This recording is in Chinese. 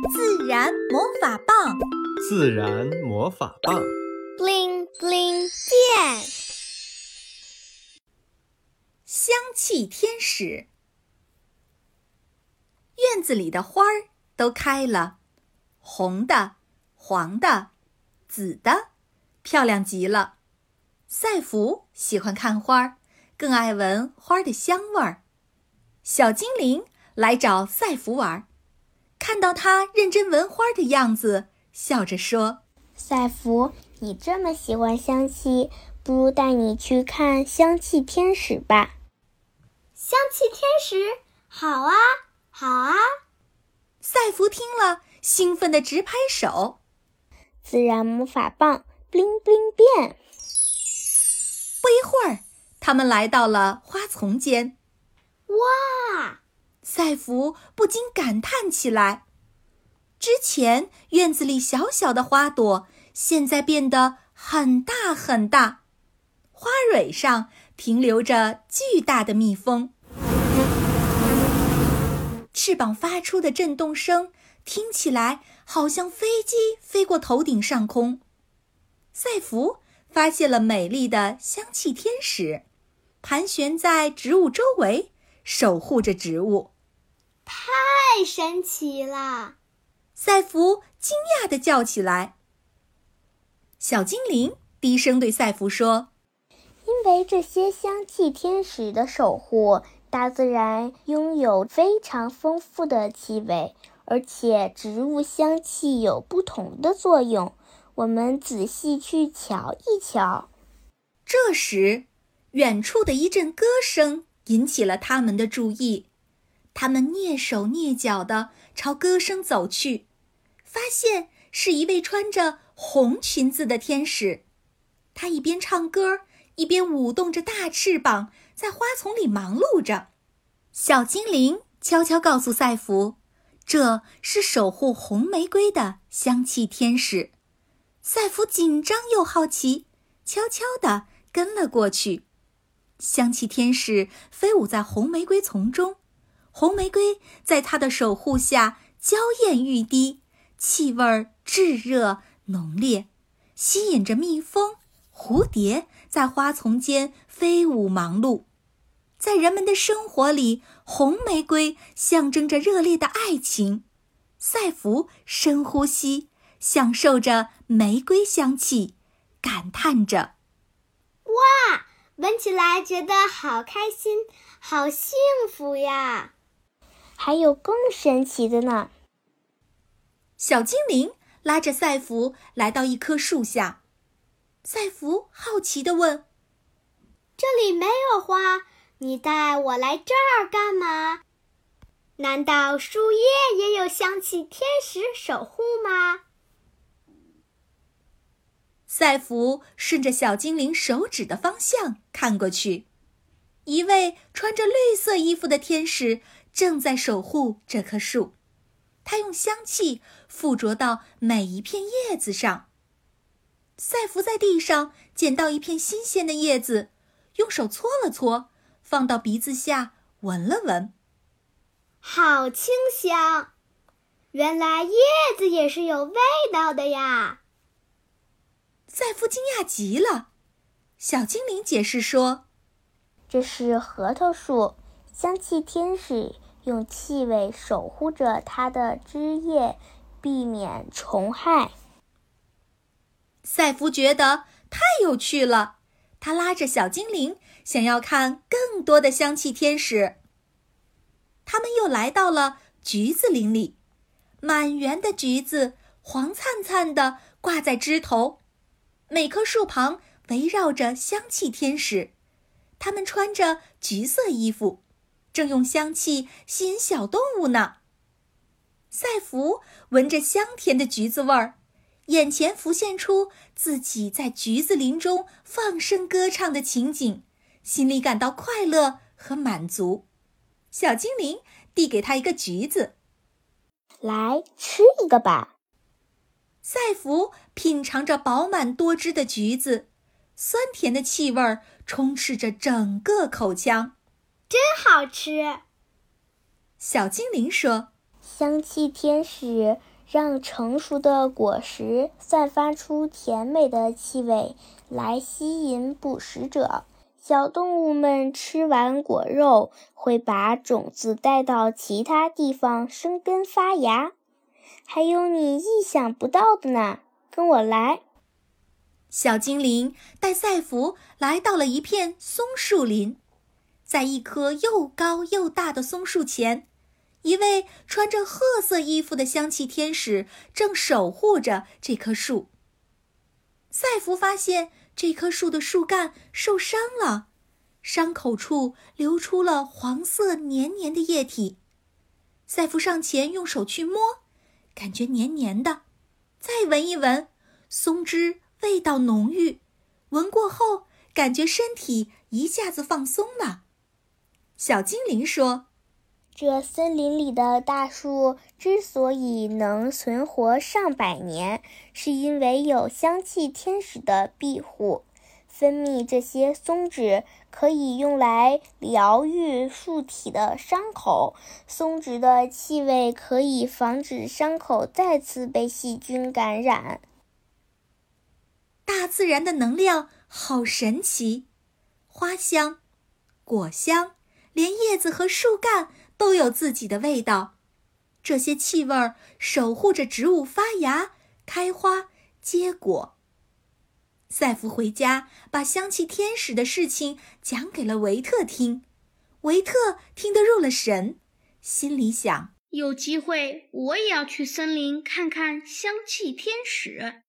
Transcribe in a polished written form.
自然魔法棒， 自然魔法棒 ，bling bling 变。 香气天使。院子里的花儿都开了，红的、黄的、紫的，漂亮极了。赛弗喜欢看花，更爱闻花的香味儿。小精灵来找赛弗玩，看到他认真闻花的样子，笑着说： 赛弗，你这么喜欢香气，不如带你去看香气天使吧。 香气天使，好啊，好啊！ 赛弗听了，兴奋地直拍手。 自然魔法棒 bling bling 变。 不一会儿，他们来到了花丛间。 哇！ 赛弗不禁感叹起来，之前院子里小小的花朵，现在变得很大很大，花蕊上停留着巨大的蜜蜂，翅膀发出的震动声听起来好像飞机飞过头顶上空。赛弗发现了美丽的香气天使，盘旋在植物周围，守护着植物。 太神奇了！ 赛弗惊讶地叫起来。小精灵低声对赛弗说： 因为这些香气天使的守护，大自然拥有非常丰富的气味，而且植物香气有不同的作用，我们仔细去瞧一瞧。 这时，远处的一阵歌声引起了他们的注意，他们蹑手蹑脚地朝歌声走去，发现是一位穿着红裙子的天使。他一边唱歌，一边舞动着大翅膀，在花丛里忙碌着。小精灵悄悄告诉赛弗，这是守护红玫瑰的香气天使。赛弗紧张又好奇，悄悄地跟了过去。香气天使飞舞在红玫瑰丛中，红玫瑰在他的守护下娇艳欲滴，气味炙热浓烈，吸引着蜜蜂、蝴蝶在花丛间飞舞忙碌。在人们的生活里，红玫瑰象征着热烈的爱情。赛弗深呼吸，享受着玫瑰香气，感叹着： 哇，闻起来觉得好开心，好幸福呀！ 还有更神奇的呢。 小精灵拉着赛弗来到一棵树下，赛弗好奇地问： 这里没有花，你带我来这儿干嘛？难道树叶也有香气天使守护吗？ 赛弗顺着小精灵手指的方向看过去，一位穿着绿色衣服的天使正在守护这棵树，他用香气附着到每一片叶子上。赛弗在地上捡到一片新鲜的叶子，用手搓了搓，放到鼻子下闻了闻， 好清香！原来叶子也是有味道的呀！ 赛弗惊讶极了。小精灵解释说： 这是核桃树，香气天使用气味守护着它的枝叶，避免虫害。 赛弗觉得太有趣了，他拉着小精灵想要看更多的香气天使。他们又来到了橘子林里，满园的橘子黄灿灿地挂在枝头，每棵树旁围绕着香气天使，他们穿着橘色衣服，正用香气吸引小动物呢。赛弗闻着香甜的橘子味儿，眼前浮现出自己在橘子林中放声歌唱的情景，心里感到快乐和满足。小精灵递给他一个橘子， 来，吃一个吧。 赛弗品尝着饱满多汁的橘子，酸甜的气味充斥着整个口腔， 真好吃。 小精灵说： 香气天使让成熟的果实散发出甜美的气味来吸引捕食者。小动物们吃完果肉，会把种子带到其他地方生根发芽。还有你意想不到的呢，跟我来。 小精灵带赛弗来到了一片松树林，在一棵又高又大的松树前，一位穿着褐色衣服的香气天使正守护着这棵树。赛弗发现这棵树的树干受伤了，伤口处流出了黄色黏黏的液体。赛弗上前用手去摸，感觉黏黏的，再闻一闻，松枝味道浓郁，闻过后感觉身体一下子放松了。小精灵说， 这森林里的大树之所以能存活上百年，是因为有香气天使的庇护。分泌这些松脂可以用来疗愈树体的伤口，松脂的气味可以防止伤口再次被细菌感染。 大自然的能量好神奇，花香、果香，连叶子和树干都有自己的味道。这些气味守护着植物发芽、开花、结果。赛弗回家把香气天使的事情讲给了维特听，维特听得入了神，心里想， 有机会我也要去森林看看香气天使。